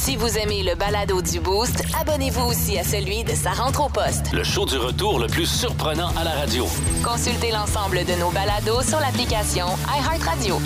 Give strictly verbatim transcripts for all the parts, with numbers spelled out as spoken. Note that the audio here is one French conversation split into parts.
Si vous aimez le balado du Boost, abonnez-vous aussi à celui de Sa rentre au poste. Le show du retour le plus surprenant à la radio. Consultez l'ensemble de nos balados sur l'application iHeartRadio.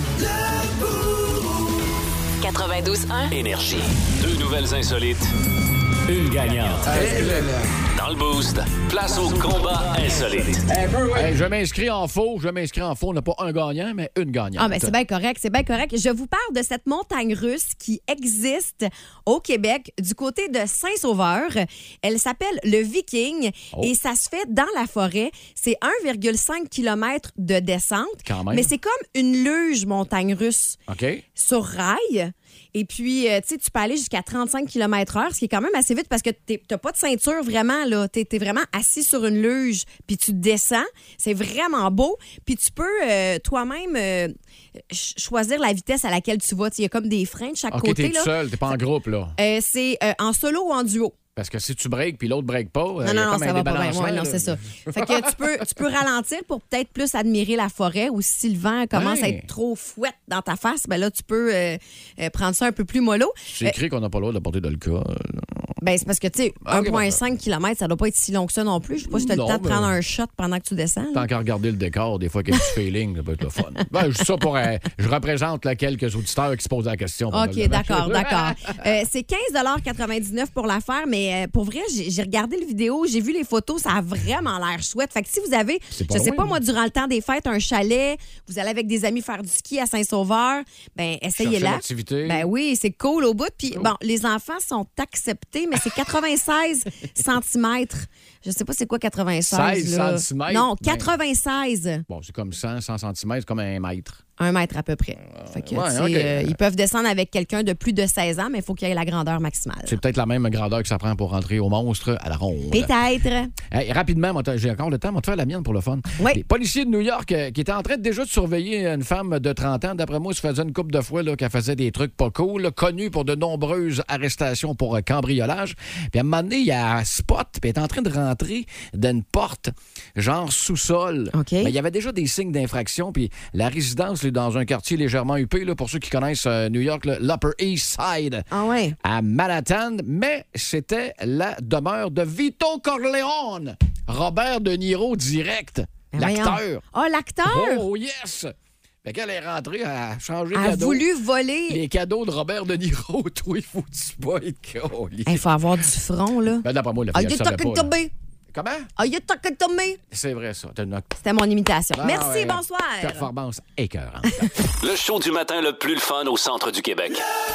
quatre-vingt-douze un Énergie. Deux nouvelles insolites. Une gagnante. Hey, Dans le Boost, place au combat insolite. hey, je m'inscris en faux. Je m'inscris en faux. On n'a pas un gagnant, mais une gagnante. Ah, mais c'est bien correct, c'est bien correct. Je vous parle de cette montagne russe qui existe au Québec, du côté de Saint-Sauveur. Elle s'appelle le Viking Oh. et ça se fait dans la forêt. C'est un virgule cinq kilomètres de descente. Quand même. Mais c'est comme une luge montagne russe OK. sur rail. Et puis, euh, tu sais, tu peux aller jusqu'à trente-cinq kilomètres heure, ce qui est quand même assez vite parce que tu n'as pas de ceinture vraiment, là. Tu es vraiment assis sur une luge, puis tu descends. C'est vraiment beau. Puis tu peux euh, toi-même euh, ch- choisir la vitesse à laquelle tu vas. Il y a comme des freins de chaque OK, côté. t'es là. tout seul. T'es pas en groupe, là. Euh, c'est euh, en solo ou en duo. Parce que si tu breaks puis l'autre break pas, Non, il y a non, non, comme ça un va pas bien. débalancement, Ouais, non, là. c'est ça. Fait que tu peux, tu peux ralentir pour peut-être plus admirer la forêt ou si le vent commence Ouais. à être trop fouette dans ta face, ben là, tu peux euh, euh, prendre ça un peu plus mollo. C'est écrit qu'on n'a pas le droit de porter d'alcool. Ben, c'est parce que, tu sais, Ah, ok, un virgule cinq kilomètres, ça doit pas être si long que ça non plus. Je sais pas si tu as le Non, temps de mais- prendre un shot pendant que tu descends. là. Tant qu'à regarder le décor, des fois, qu'il y a du feeling, ça peut être le fun. Ben, je dis ça pour. euh, je représente là, quelques auditeurs qui se posent la question. OK, probablement. d'accord, d'accord. Euh, c'est quinze quatre-vingt-dix-neuf pour la faire, mais euh, pour vrai, j'ai j'ai regardé le vidéo, j'ai vu les photos, ça a vraiment l'air chouette. Fait que si vous avez, C'est pas je sais loin, pas là. moi, durant le temps des fêtes, un chalet, vous allez avec des amis faire du ski à Saint-Sauveur, ben Chercher essayez-la. l'activité. Ben oui, c'est cool au bout. Puis bon, les enfants sont acceptés, mais c'est quatre-vingt-seize centimètres. Je sais pas c'est quoi quatre-vingt-seize. seize là. centimètres? Non, Ben- quatre-vingt-seize. Bon, c'est comme cent, cent centimètres, comme un mètre. Un mètre à peu près. Fait que, ouais, tu sais, ok. euh, ils peuvent descendre avec quelqu'un de plus de seize ans, mais il faut qu'il y ait la grandeur maximale. C'est peut-être la même grandeur que ça prend pour rentrer au monstre à la ronde. Peut-être. Hey, rapidement, moi, t'as- j'ai encore le temps, moi, de faire la mienne pour le fun. Oui. Les policiers de New York euh, qui étaient en train de, déjà de surveiller une femme de trente ans. D'après moi, ça faisait une couple de fois là, qu'elle faisait des trucs pas cool, là, connue pour de nombreuses arrestations pour euh, cambriolage. Puis à un moment donné, il y a un spot, puis elle est en train de rentrer d'une porte, genre sous-sol. OK. Mais il y avait déjà des signes d'infraction, puis la résidence là, dans un quartier légèrement huppé, là, pour ceux qui connaissent euh, New York, là, l'Upper East Side. Ah ouais. À Manhattan, mais c'était la demeure de Vito Corleone, Robert De Niro direct, Ben l'acteur. Ah, l'acteur Oh yes! Fait qu'elle est rentrée, elle a changé de a cadeau. voulu voler. Les cadeaux de Robert De Niro, toi, il faut-tu pas être collé. Il faut avoir du front, là. Ben d'après moi, la Are fille, you elle savait talking pas. to là. me? Comment? Are you talking to me? C'est vrai, ça. T'as une C'était mon imitation. Ah, Merci, ouais. bonsoir. performance écœurante. Le show du matin le plus le fun au centre du Québec.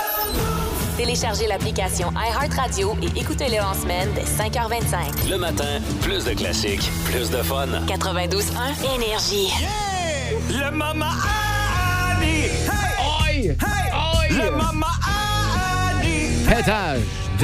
Téléchargez l'application iHeartRadio et écoutez-le en semaine dès cinq heures vingt-cinq. Le matin, plus de classiques, plus de fun. quatre-vingt-douze un Énergie. Le Mama Annie! Hey! Oi! Hey! Oi! Le Mama Annie! Pétage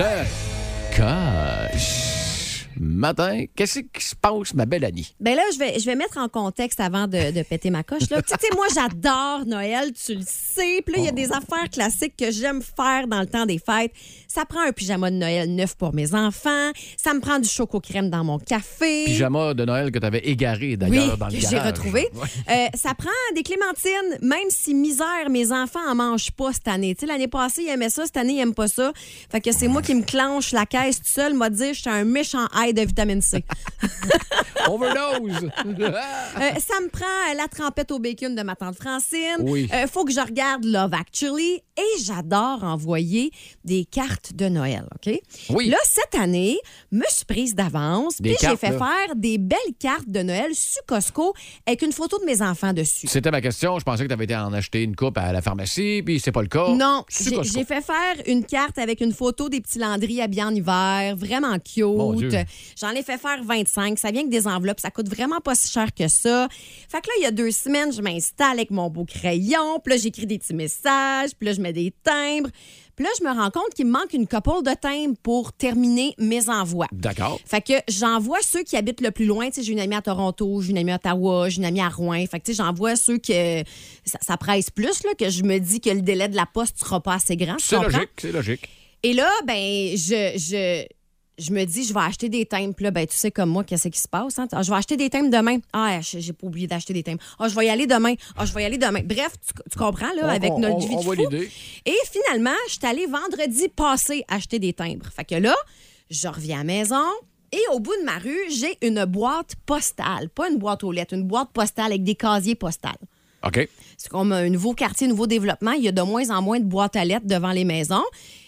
de coche. Matin, qu'est-ce qui se passe, ma belle Annie? Ben là, je vais, je vais mettre en contexte avant de, de péter ma coche. Là. Tu sais, moi, j'adore Noël, tu le sais. Puis là, il y a des affaires classiques que j'aime faire dans le temps des fêtes. Ça prend un pyjama de Noël neuf pour mes enfants. Ça me prend du choco crème dans mon café. Pyjama de Noël que tu avais égaré, d'ailleurs, Oui, dans le que garage. j'ai retrouvé. Ouais. Euh, ça prend des clémentines, même si misère, mes enfants en mangent pas cette année. Tu sais, l'année passée, ils aimaient ça, cette année, ils aiment pas ça. Fait que c'est moi qui me clenche la caisse tout seul, m'a dit, je suis un méchant high de vitamine C. Overdose! Euh, ça me prend euh, la trempette au bacon de ma tante Francine. Oui. Euh, faut que je regarde Love Actually. Et j'adore envoyer des cartes de Noël, OK? Oui. Là, cette année, me suis prise d'avance. Des Puis j'ai cartes, fait là. faire des belles cartes de Noël sur Costco avec une photo de mes enfants dessus. C'était ma question. Je pensais que tu avais été en acheter une coupe à la pharmacie, puis c'est pas le cas. Non, Sur j'ai Costco. j'ai fait faire une carte avec une photo des petits Landry habillés en hiver, vraiment Mon Dieu. cute. J'en ai fait faire vingt-cinq. Ça vient avec des enveloppes. Ça coûte vraiment pas si cher que ça. Fait que là, il y a deux semaines, je m'installe avec mon beau crayon. Puis là, j'écris des petits messages. Puis là, je mets des timbres. Puis là, je me rends compte qu'il me manque une couple de timbres pour terminer mes envois. D'accord. Fait que j'envoie ceux qui habitent le plus loin. Tu sais, j'ai une amie à Toronto, j'ai une amie à Ottawa, j'ai une amie à Rouen. Fait que tu sais, j'envoie ceux que ça, ça presse plus, là, que je me dis que le délai de la poste sera pas assez grand. tu C'est comprends? logique, c'est logique. Et là, ben, je, je, je me dis, je vais acheter des timbres. Puis là, ben, tu sais comme moi, qu'est-ce qui se passe? Hein? Ah, je vais acheter des timbres demain. Ah, j'ai pas oublié d'acheter des timbres. Ah, je vais y aller demain. Ah, je vais y aller demain. Bref, tu, tu comprends, là, On- avec on- notre on- vie on de voit fou. l'idée. Et finalement, je suis allée vendredi passé acheter des timbres. Fait que là, je reviens à la maison. Et au bout de ma rue, j'ai une boîte postale. Pas une boîte aux lettres, une boîte postale avec des casiers postales. OK. C'est comme un nouveau quartier, nouveau développement. Il y a de moins en moins de boîtes à lettres devant les maisons.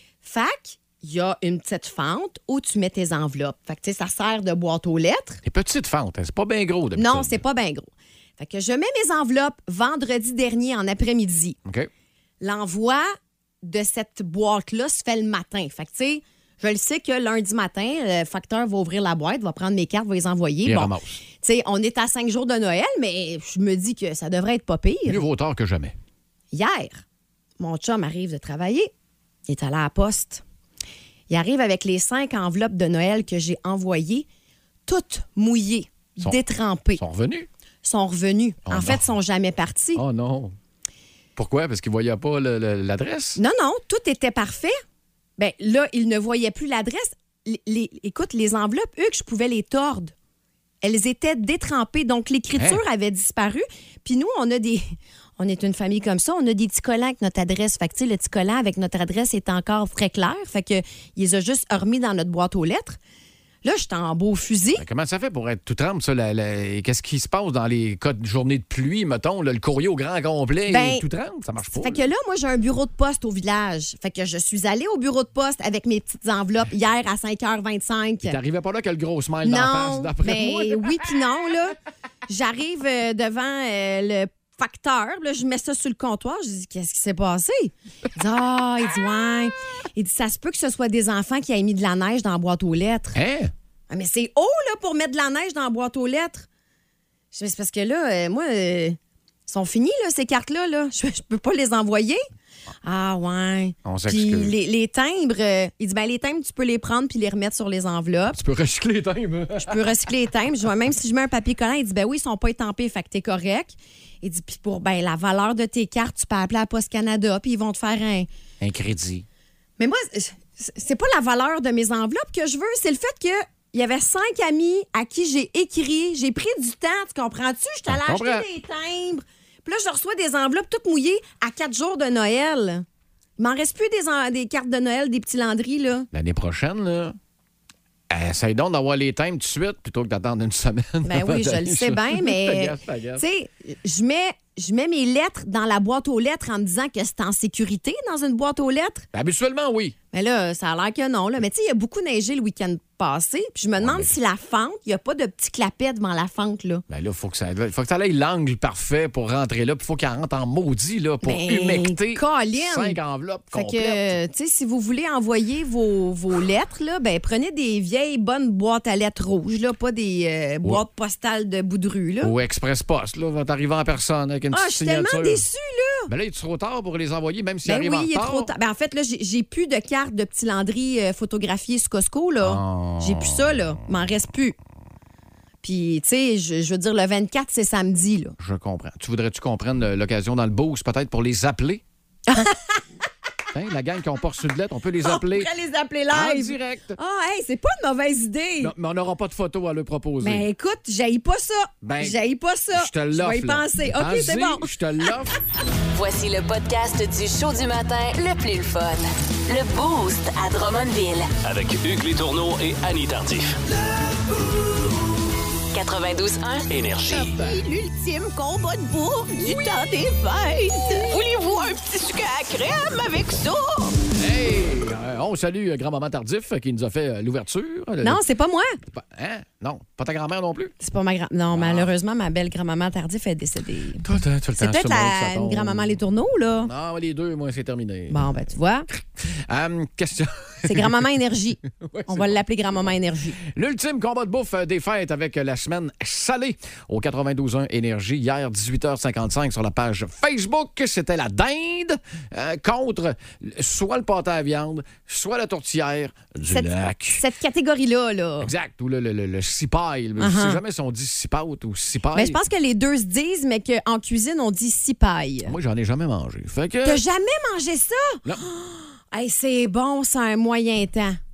Fac, il y a une petite fente où tu mets tes enveloppes. Fait que, tu sais, ça sert de boîte aux lettres. Les petites fentes, hein, c'est pas bien gros d'habitude. Non, c'est pas bien gros. Fait que je mets mes enveloppes vendredi dernier en après-midi. OK. L'envoi de cette boîte-là se fait le matin. Fait que, tu sais, je le sais que lundi matin, le facteur va ouvrir la boîte, va prendre mes cartes, va les envoyer. Il bon, ramasse. tu sais, on est à cinq jours de Noël, mais je me dis que ça devrait être pas pire. Mieux vaut tard que jamais. Hier, mon chum arrive de travailler. Il est allé à la poste. Il arrive avec les cinq enveloppes de Noël que j'ai envoyées, toutes mouillées, Sont- détrempées. Ils sont revenus? Sont revenues. Oh en non. fait, ils sont jamais partis. Oh non. Pourquoi? Parce qu'ils ne voyaient pas le- le- l'adresse? Non, non, tout était parfait. Ben là, il ne voyait plus l'adresse. Les, les- écoute, les enveloppes, Hugues, je pouvais les tordre. Elles étaient détrempées, donc l'écriture Hein? avait disparu. Puis nous, on a des... On est une famille comme ça, on a des petits collants avec notre adresse. Fait que, tu sais, le petit collant avec notre adresse est encore très clair. Fait que, il les a juste remis dans notre boîte aux lettres. Là, j'étais en beau fusil. Ben, comment ça fait pour être tout trempe, ça? La- la- Qu'est-ce qui se passe dans les cas de journée de pluie, mettons? Là, le courrier au grand complet Ben, est tout trempe? Ça marche pas. Fait que là, moi, j'ai un bureau de poste au village. Fait que je suis allée au bureau de poste avec mes petites enveloppes hier à cinq heures vingt-cinq. T'arrivais pas là que le gros smile d'en face, Non, d'après mais moi? oui puis non, là. J'arrive euh, devant euh, le facteur, là, je mets ça sur le comptoir, je dis, qu'est-ce qui s'est passé? Il dit, ah, il dit, ouais. Il dit, ça se peut que ce soit des enfants qui aient mis de la neige dans la boîte aux lettres. Hein? Ah, mais c'est haut, là, pour mettre de la neige dans la boîte aux lettres. Je dis, c'est parce que là, euh, moi, euh, ils sont finis, là, ces cartes-là, là. Je, je peux pas les envoyer. Ah, ouais. On Puis s'excuse. les, les timbres, euh, il dit, ben les timbres, tu peux les prendre puis les remettre sur les enveloppes. Tu peux recycler les timbres. Je peux recycler les timbres. Je vois, même si je mets un papier collant, il dit, ben oui, ils sont pas étampés, fait que t'es correct. Il dit, puis pour ben, la valeur de tes cartes, tu peux appeler à Poste Canada, puis ils vont te faire un. Un crédit. Mais moi, c'est pas la valeur de mes enveloppes que je veux, c'est le fait que. Il y avait cinq amis à qui j'ai écrit. J'ai pris du temps, tu comprends-tu? J'étais allée Je comprends. acheter des timbres. Puis là, je reçois des enveloppes toutes mouillées à quatre jours de Noël. Il m'en reste plus des, en- des cartes de Noël, des petits landries, là. L'année prochaine, là, essaye donc d'avoir les timbres tout de suite plutôt que d'attendre une semaine. Ben oui, je le sais bien, mais T'agaces, t'agaces. tu sais, je mets, je mets mes lettres dans la boîte aux lettres en me disant que c'est en sécurité dans une boîte aux lettres. Ben, habituellement, oui. Mais là, ça a l'air que non. Là. Mais tu sais, il y a beaucoup neigé le week-end passé. Puis je me demande mais- si la fente, il n'y a pas de petit clapet devant la fente, là. Ben là, il faut que ça faut que ça aille l'angle parfait pour rentrer là. Puis il faut qu'elle rentre en maudit là, pour Ben, humecter Colin! cinq enveloppes Fait complètes. que, tu sais, si vous voulez envoyer vos, vos lettres, là, ben prenez des vieilles bonnes boîtes à lettres rouges, là, pas des euh, boîtes postales de bout de rue, là. Ou Express Post, là, va t'arriver en personne avec une Ah, je petite suis signature. tellement déçue, là! Ben là, il est trop tard pour les envoyer, même s'ils Ben arrivent oui, en il est retard. trop tard. Ben en fait, là, j'ai j'ai plus de cartes de petits landries euh, photographiées sur Costco, là. Oh. J'ai plus ça, là. M'en reste plus. Puis, tu sais, je, je veux dire, le vingt-quatre, c'est samedi, là. Je comprends. Tu voudrais-tu qu'on prenne euh, l'occasion dans le boost, peut-être, pour les appeler? Hein, la gang qui n'a pas reçu de lettres, on peut les appeler On pourrait les appeler en live. direct. Ah, hey, c'est pas une mauvaise idée. Non, mais on n'aura pas de photos à leur proposer. Ben écoute, j'haïs pas ça. Ben, j'haïs pas ça. Je te Je l'offre. vais y là. penser. OK, Vas-y, c'est bon. Je te l'offre. Voici le podcast du show du matin le plus le fun. Le Boost à Drummondville. Avec Hugues Létourneau et Annie Tardif. quatre-vingt-douze un. Énergie. L'ultime combat de bouffe du temps des fêtes. Voulez-vous un petit sucre à crème avec ça? Hey! Euh, on salue euh, grand-maman Tardif euh, qui nous a fait euh, l'ouverture. Le- Non, c'est pas moi. Pas- Hein? Non, pas ta grand-mère non plus? C'est pas ma grand... Non, malheureusement, ma belle grand-maman Tardif est décédée. Toi, t'as tout le C'est temps peut-être ça, moi, la- ça une tombe. grand-maman Les Tourneaux, là. Non, les deux, moi, c'est terminé. Bon, ben, tu vois, Euh, question. c'est grand-maman Énergie. Ouais, On c'est va bon. l'appeler grand-maman Énergie. L'ultime combat de bouffe euh, des fêtes avec euh, la semaine salée au quatre-vingt-douze un Énergie. Hier, dix-huit heures cinquante-cinq sur la page Facebook. C'était la dinde euh, contre euh, soit le pâté à viande, soit la tourtière du Cette, lac. cette catégorie-là, là. Exact. Ou le, le, le, le cipaille. Je Uh-huh. sais jamais si on dit cipote ou cipaille. Mais je pense que les deux se disent, mais qu'en cuisine, on dit cipaille. Moi, j'en ai jamais mangé. Fait que... T'as jamais mangé ça? Non. Hey, c'est bon, c'est un moyen temps.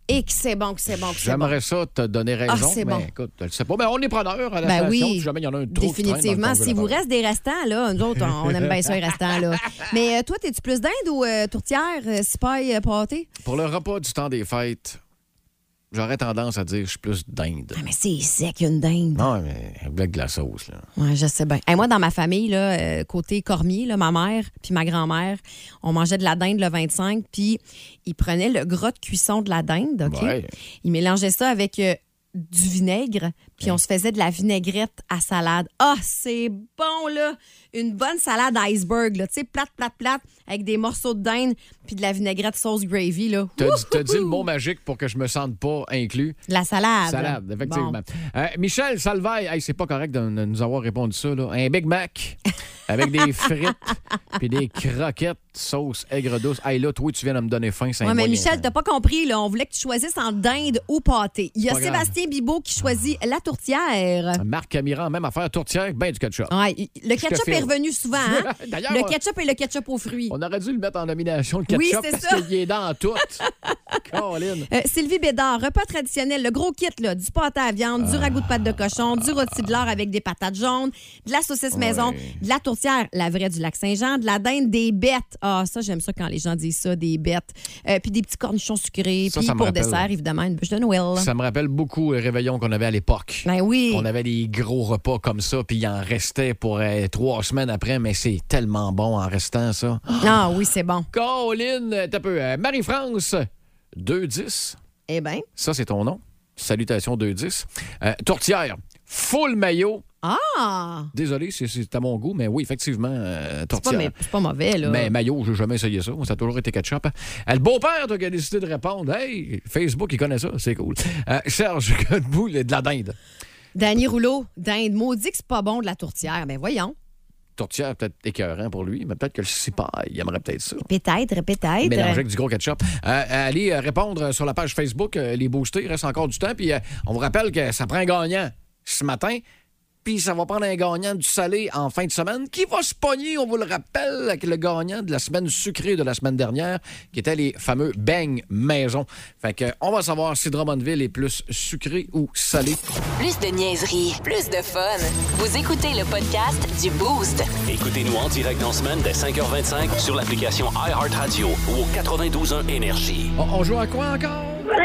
Et que c'est bon, que c'est bon, que c'est bon. J'aimerais ça te donner raison, Ah, c'est mais bon. écoute, je sais pas. Mais on est preneurs à la Ben station. oui, Si jamais il y en a un trop qui traîne dans le définitivement. congélateur. S'il vous reste des restants, là, nous autres, on aime bien ça, les restants. Là. Mais euh, toi, t'es-tu plus dinde ou euh, tourtière, euh, cipaille, euh, pâté? Pour le repas du temps des fêtes, j'aurais tendance à dire que je suis plus dinde. Ah, mais c'est sec, une dinde. Non, mais avec de la sauce, là. Ouais, je sais bien. Hey, moi, dans ma famille, là, euh, côté Cormier, là, ma mère puis ma grand-mère, on mangeait de la dinde le vingt-cinq, puis ils prenaient le gras de cuisson de la dinde, OK? Ouais. Ils mélangeaient ça avec euh, du vinaigre, puis on se faisait de la vinaigrette à salade. Ah, c'est bon, là! Une bonne salade iceberg, là, tu sais, plate, plate, plate, avec des morceaux de dinde, puis de la vinaigrette sauce gravy, là. T'as dit, t'as dit le mot magique pour que je me sente pas inclus. La salade. Salade, effectivement. Bon. Euh, Michel Salvaille, hey, c'est pas correct de, de nous avoir répondu ça, là. Un Big Mac avec des frites puis des croquettes sauce aigre douce. Hey, là, toi, tu viens de me donner faim, c'est Oui, un mais moyen Michel, temps. t'as pas compris, là. On voulait que tu choisisses en dinde ou pâté. Il y a Pas grave. Sébastien Bibot qui choisit la tourtière. Marc Camiran, même affaire, tourtière, ben du ketchup. Ouais, il- le Je te ketchup file. est revenu souvent, hein? D'ailleurs, Le ketchup et le ketchup aux fruits. on aurait dû le mettre en nomination, le ketchup, Oui, c'est parce ça. qu'il est dans tout. Caroline. Euh, Sylvie Bédard, repas traditionnel, le gros kit, là, du pâté à viande, du ragoût de pâte de cochon, du rôti de l'or avec des patates jaunes, de la saucisse maison, de la tourtière, la vraie du Lac-Saint-Jean, de la dinde, des bêtes. Ah, ça, j'aime ça quand les gens disent ça, des bêtes. Euh, puis des petits cornichons sucrés. Ça, Puis ça me pour rappelle. dessert, évidemment, une bûche de Noël. Ça me rappelle beaucoup le réveillon qu'on avait à l'époque. Ben oui. On avait des gros repas comme ça, puis il en restait pour euh, trois semaines après, mais c'est tellement bon en restant, ça. Ah oui, c'est bon. Caroline, t'as peu. euh, Marie-France, deux dix. Eh bien. Ça, c'est ton nom. Salutations deux dix. Euh, tourtière, full maillot. Ah! Désolé, c'est- c'est à mon goût, mais oui, effectivement, euh, C'est pas, tourtière. mais- c'est pas mauvais, là. Mais maillot, j'ai jamais essayé ça. Ça a toujours été ketchup. hein. Euh, Le beau-père, toi, qui a décidé de répondre. Hey, Facebook, il connaît ça. C'est cool. Euh, Serge Godbout, de la dinde. Danny Rouleau, dinde, maudit que c'est pas bon de la tourtière. Ben voyons. Tourtière, peut-être écœurant pour lui, mais peut-être que le cipaille, il aimerait peut-être ça. Peut-être, peut-être. Mélanger avec du gros ketchup. Euh, allez euh, répondre sur la page Facebook, euh, les boostés, il reste encore du temps. Puis euh, on vous rappelle que ça prend un gagnant ce matin. Puis ça va prendre un gagnant du salé en fin de semaine qui va se pogner, on vous le rappelle, avec le gagnant de la semaine sucrée de la semaine dernière, qui étaient les fameux beignes maison. Fait que on va savoir si Drummondville est plus sucré ou salé. Plus de niaiserie, plus de fun. Vous écoutez le podcast du Boost. Écoutez-nous en direct en semaine dès cinq heures vingt-cinq sur l'application iHeartRadio ou au quatre-vingt-douze un Énergie. On, on joue à quoi encore?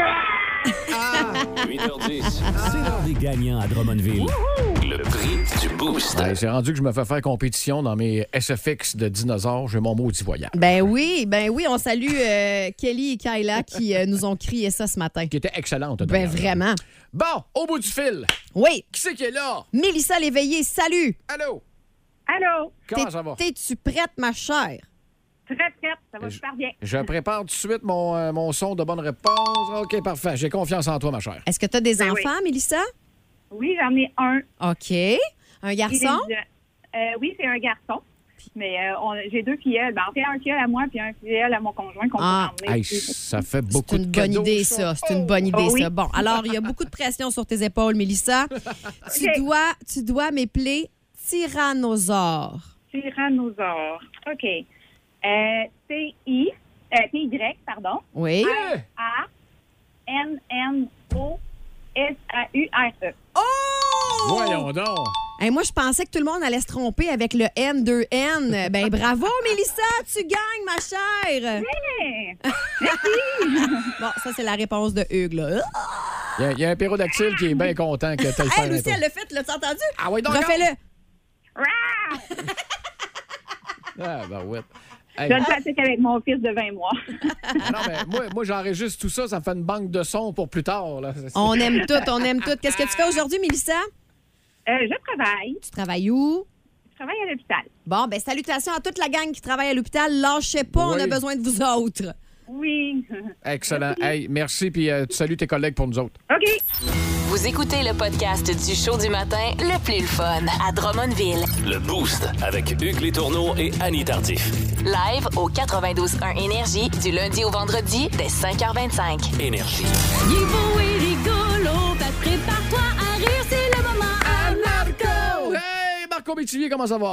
huit heures dix. C'est l'heure des gagnants à Drummondville. Le prix du Boost. Ouais, c'est rendu que je me fais faire compétition dans mes S F X de dinosaures. J'ai mon maudit voyage. Ben oui, ben oui, on salue euh, Kelly et Kyla qui euh, nous ont crié ça ce matin. Qui était excellente. Ben d'ailleurs. vraiment. Bon, au bout du fil, Oui, qui c'est qui est là? Mélissa Léveillé, salut! Allô? Allô? Comment T'es- ça va? T'es-tu prête, ma chère? Très prête, ça va Je- super bien. Je prépare tout de suite mon, euh, mon son de bonne réponse. OK, parfait. J'ai confiance en toi, ma chère. Est-ce que t'as des Ben oui. enfants, Mélissa? Oui, j'en ai un. OK. Un garçon? Il est- euh, oui, c'est un garçon. Mais euh, on- j'ai deux filleuls. Ben, en fait, un filleul à moi puis un filleul à mon conjoint qu'on Ah. peut emmener. Hey, ça fait beaucoup C'est une de bonne cadeaux, idée, ça. C'est une bonne idée, Oh oui. ça. Bon, alors, il y a beaucoup de pression sur tes épaules, Mélissa. Tu OK. dois, tu dois m'épeler tyrannosaure. Tyrannosaure. OK. Euh, T I euh, T Y, pardon. Oui. A N N O S A U R E. Oh! Voyons donc. Hey, moi, je pensais que tout le monde allait se tromper avec le N deux N. Ben bravo, Mélissa, tu gagnes, ma chère. Hey! Bon, ça, c'est la réponse de Hugues, là. Il y a- il y, a un pérodactyle qui est bien content que tu le Elle fait. aussi, elle l'a fait, l'as-tu entendu? Ah oui, donc. Refais-le. Rah! Ah, ben ouais. Hey, Je le pratique avec mon fils de vingt mois. ah non, mais moi, moi j'enregistre tout ça, ça me fait une banque de sons pour plus tard. Là. C'est- On aime tout, on aime tout. Qu'est-ce que tu fais aujourd'hui, Mélissa? Euh, je travaille. Tu travailles où? Je travaille à l'hôpital. Bon, ben salutations à toute la gang qui travaille à l'hôpital. Lâchez pas, on a Oui. besoin de vous autres. Oui. Excellent. Hey, merci, puis euh, tu salues tes collègues pour nous autres. OK. Vous écoutez le podcast du show du matin le plus le fun à Drummondville. Le Boost avec Hugues Létourneau et Annie Tardif. Live au quatre-vingt-douze un Énergie du lundi au vendredi dès cinq heures vingt-cinq. Énergie. Il est beau et rigolo, fait prépare-toi à rire, c'est le moment à Marco. Hey, Marco Métivier, comment ça va?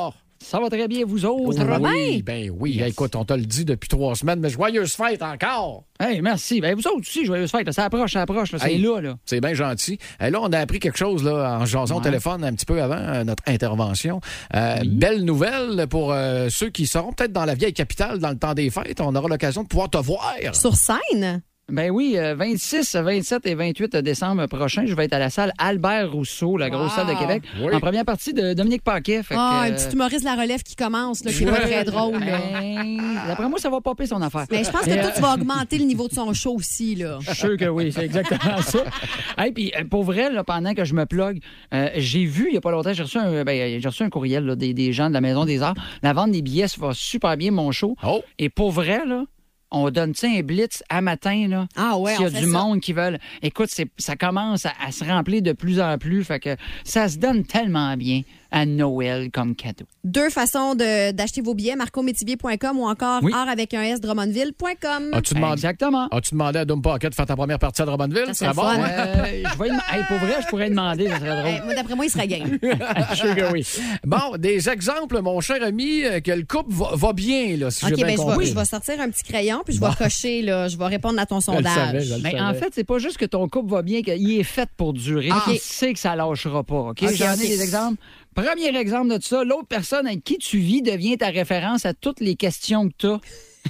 Ça va très bien, vous autres? Ça va bien? Oui, ben oui. Yes. Écoute, on te le dit depuis trois semaines, mais joyeuse fête encore! Hey, merci. Ben, vous autres aussi, joyeuse fête. Là. Ça approche, ça approche. Là. C'est hey, là, là. C'est bien gentil. Et là, on a appris quelque chose là, en jasant ouais. au téléphone un petit peu avant euh, notre intervention. Euh, oui. Belle nouvelle pour euh, ceux qui seront peut-être dans la vieille capitale dans le temps des fêtes. On aura l'occasion de pouvoir te voir. Sur scène? Ben oui, euh, vingt-six, vingt-sept et vingt-huit décembre prochain, je vais être à la salle Albert Rousseau, la grosse wow. salle de Québec, oui. en première partie de Dominique Paquet. Ah, oh, que, un petit humoriste de la relève qui commence, là, qui est pas très drôle. Ben, d'après moi, ça va popper son affaire. Mais je pense que Et toi, euh... tu vas augmenter le niveau de son show aussi, là. Je suis sûr que oui, c'est exactement ça. Hey, puis pour vrai, là, pendant que je me plug, euh, j'ai vu, il y a pas longtemps, j'ai reçu un, ben, j'ai reçu un courriel là, des, des gens de la Maison des Arts. La vente des billets, ça va super bien, mon show. Oh. Et pour vrai, là, on donne un blitz à matin, là. Ah ouais, s'il y a on fait du ça. monde qui veulent. Écoute, c'est, ça commence à, à se remplir de plus en plus. Fait que ça se donne tellement bien à Noël comme cadeau. Deux façons de, d'acheter vos billets, marco métivier point com ou encore oui. art avec un S drummondville point com. As-tu demandé, Exactement. As-tu demandé à Doom Pocket de faire ta première partie à Drummondville? Ça serait bon, fun. Euh, je vais, hey, pour vrai, je pourrais demander, ça serait drôle. Hey, moi, d'après moi, il serait game. Je suis que oui. Bon, des exemples, mon cher ami, que le couple va, va bien, là, si OK, j'ai bien ben, compris. Je vais, je vais sortir un petit crayon puis je vais bon. cocher, là, je vais répondre à ton sondage. Je le savais, je le Mais savais. en fait, c'est pas juste que ton couple va bien, qu'il est fait pour durer. Ah. Il sait que ça lâchera pas. OK? Okay, J'en ai okay. des exemples. Premier exemple de ça, l'autre personne avec qui tu vis devient ta référence à toutes les questions que tu as.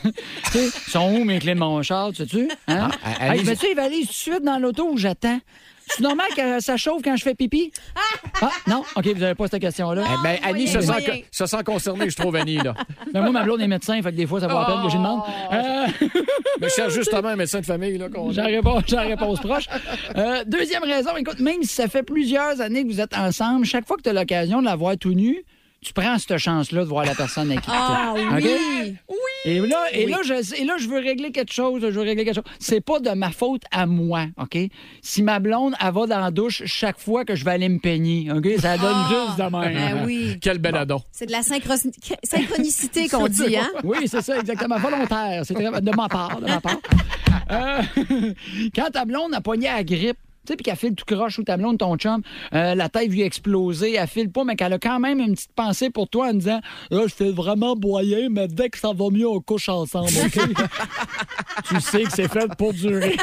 Tu sais, sont où mes clés de mon char, tu sais-tu? Hein? Ah, hey, veux-tu y aller tout de suite dans l'auto où j'attends? C'est normal que ça chauffe quand je fais pipi? Ah, non? OK, vous n'avez pas cette question-là. Eh ben, Annie se sent, se sent concernée, je trouve, Annie, là. Ben, moi, ma blonde est médecin, fait que des fois, ça vaut la peine que j'y demande. Euh... Mais je cherche justement un médecin de famille, là. Qu'on... J'en réponds, j'en réponse proche. Euh, deuxième raison, écoute, même si ça fait plusieurs années que vous êtes ensemble, chaque fois que tu as l'occasion de la voir tout nu, tu prends cette chance-là de voir la personne avec qui tu es. Ah oui! Okay? Oui! Et là, et, oui. là, je, et là, je veux régler quelque chose. Je veux régler quelque chose. C'est pas de ma faute à moi, OK? Si ma blonde, elle va dans la douche chaque fois que je vais aller me peigner, OK? Ça donne ah, juste de même. Ben oui. Quel bel adon. Bon. C'est de la synchro- synchronicité qu'on dit, hein? Oui, c'est ça, exactement. Volontaire. C'est très... de ma part, de ma part. Euh, quand ta blonde a pogné à la grippe, tu sais, puis qu'elle file tout croche ou ta blonde, ton chum, euh, la tête lui exploser, elle file pas, mais qu'elle a quand même une petite pensée pour toi en disant là, je fais vraiment boyer, mais dès que ça va mieux, on couche ensemble, OK? Tu sais que c'est fait pour durer.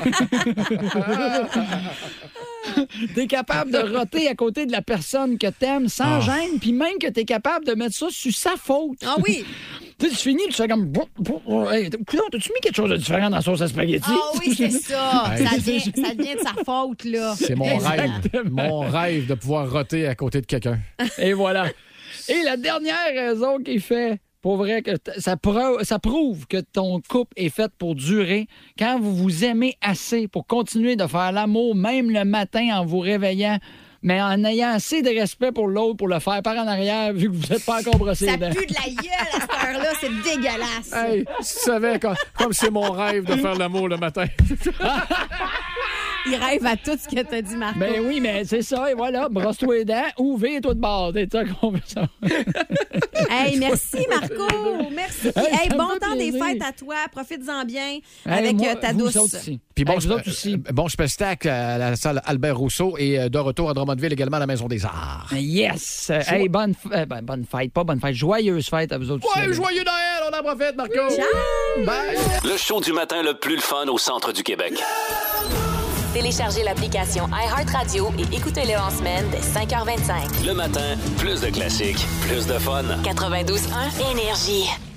T'es capable de roter à côté de la personne que t'aimes sans oh. gêne, puis même que t'es capable de mettre ça sur sa faute. Ah oui! Tu sais, tu finis, tu fais comme... Hey, t'as-tu mis quelque chose de différent dans la sauce à spaghetti? Ah oui, c'est ça. ça, devient, ça devient de sa faute, là. C'est mon rêve. Mon rêve de pouvoir roter à côté de quelqu'un. Et voilà. Et la dernière raison qui fait... Pour vrai, que t- ça, preuve, ça prouve que ton couple est fait pour durer quand vous vous aimez assez pour continuer de faire l'amour, même le matin en vous réveillant, mais en ayant assez de respect pour l'autre pour le faire par en arrière, vu que vous n'êtes pas encore brossé Ça dedans. pue de la gueule à cette heure-là, c'est dégueulasse. Hey, tu savais, comme, comme c'est mon rêve de faire l'amour le matin. Il rêve à tout ce que t'as dit, Marco. Ben oui, mais c'est ça, et voilà, brosse-toi les dents ou vire-toi de bord. C'est ça qu'on veut ça. Hey, merci, Marco. Merci. Hey, hey, bon temps plaisir. des fêtes à toi. Profites-en bien Hey, avec moi, euh, ta vous douce. autres aussi. Puis bon, Hey, vous autres aussi. euh, bon spectacle à la salle Albert Rousseau et de retour à Drummondville également à la Maison des Arts. Yes! Euh, hey, bonne, f- euh, ben, bonne fête, pas bonne fête, joyeuse fête à vous autres aussi. Ouais, joyeux Noël, on en profite, Marco. Ciao! Bye! Le show du matin le plus le fun au centre du Québec. Téléchargez l'application iHeartRadio et écoutez-le en semaine dès cinq heures vingt-cinq. Le matin, plus de classiques, plus de fun. quatre-vingt-douze point un Énergie.